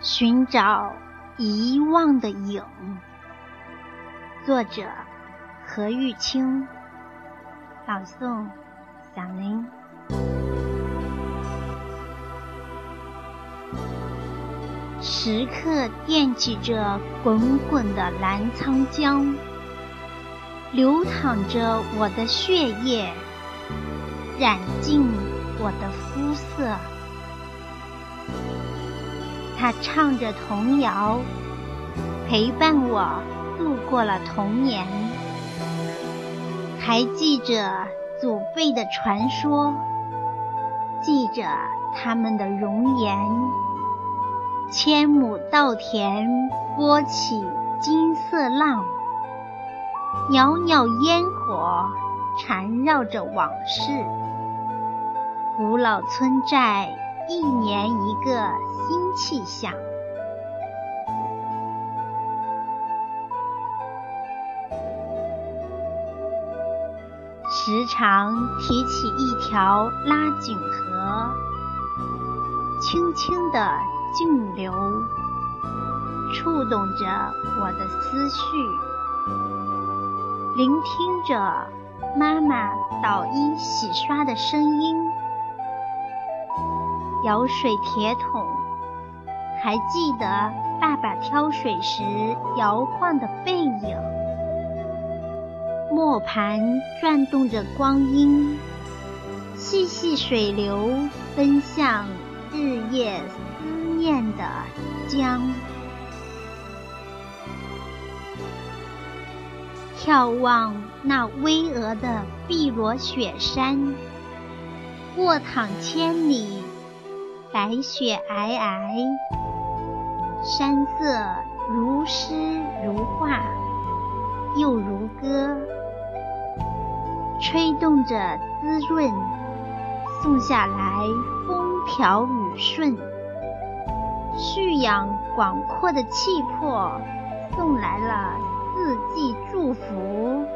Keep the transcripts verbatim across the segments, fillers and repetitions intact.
寻找遗忘的影。作者何玉清，朗诵小林。时刻惦记着滚滚的澜沧江，流淌着我的血液，染尽我的肤色。他唱着童谣，陪伴我度过了童年。还记着祖辈的传说，记着他们的容颜。千亩稻田拨起金色浪，袅袅烟火缠绕着往事。古老村寨一年一个新气象。时常提起一条拉井河，轻轻地径流，触动着我的思绪。聆听着妈妈捣衣洗刷的声音，舀水铁桶，还记得爸爸挑水时摇晃的背影。磨盘转动着光阴，细细水流奔向日夜思念的江。眺望那巍峨的碧罗雪山，卧躺千里，白雪皑皑，山色如诗如画，又如歌，吹动着滋润，送下来风调雨顺。蓄养广阔的气魄，送来了四季祝福。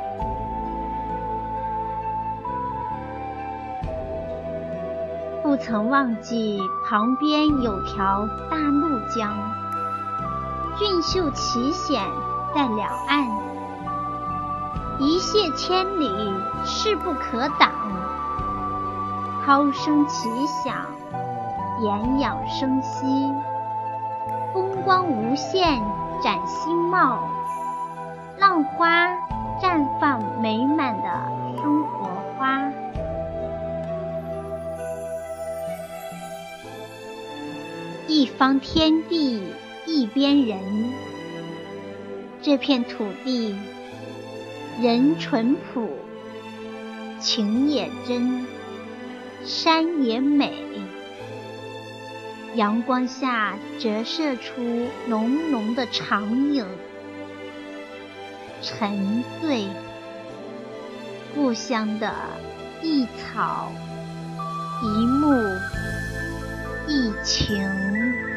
不曾忘记旁边有条大怒江，俊秀奇险在两岸，一泻千里势不可挡。涛声奇响，炎阳生息，风光无限展新貌，浪花绽放美满的生活花。一方天地一边人，这片土地人淳朴，情也真，山也美。阳光下折射出浓浓的长影，沉醉故乡的一草一木一情。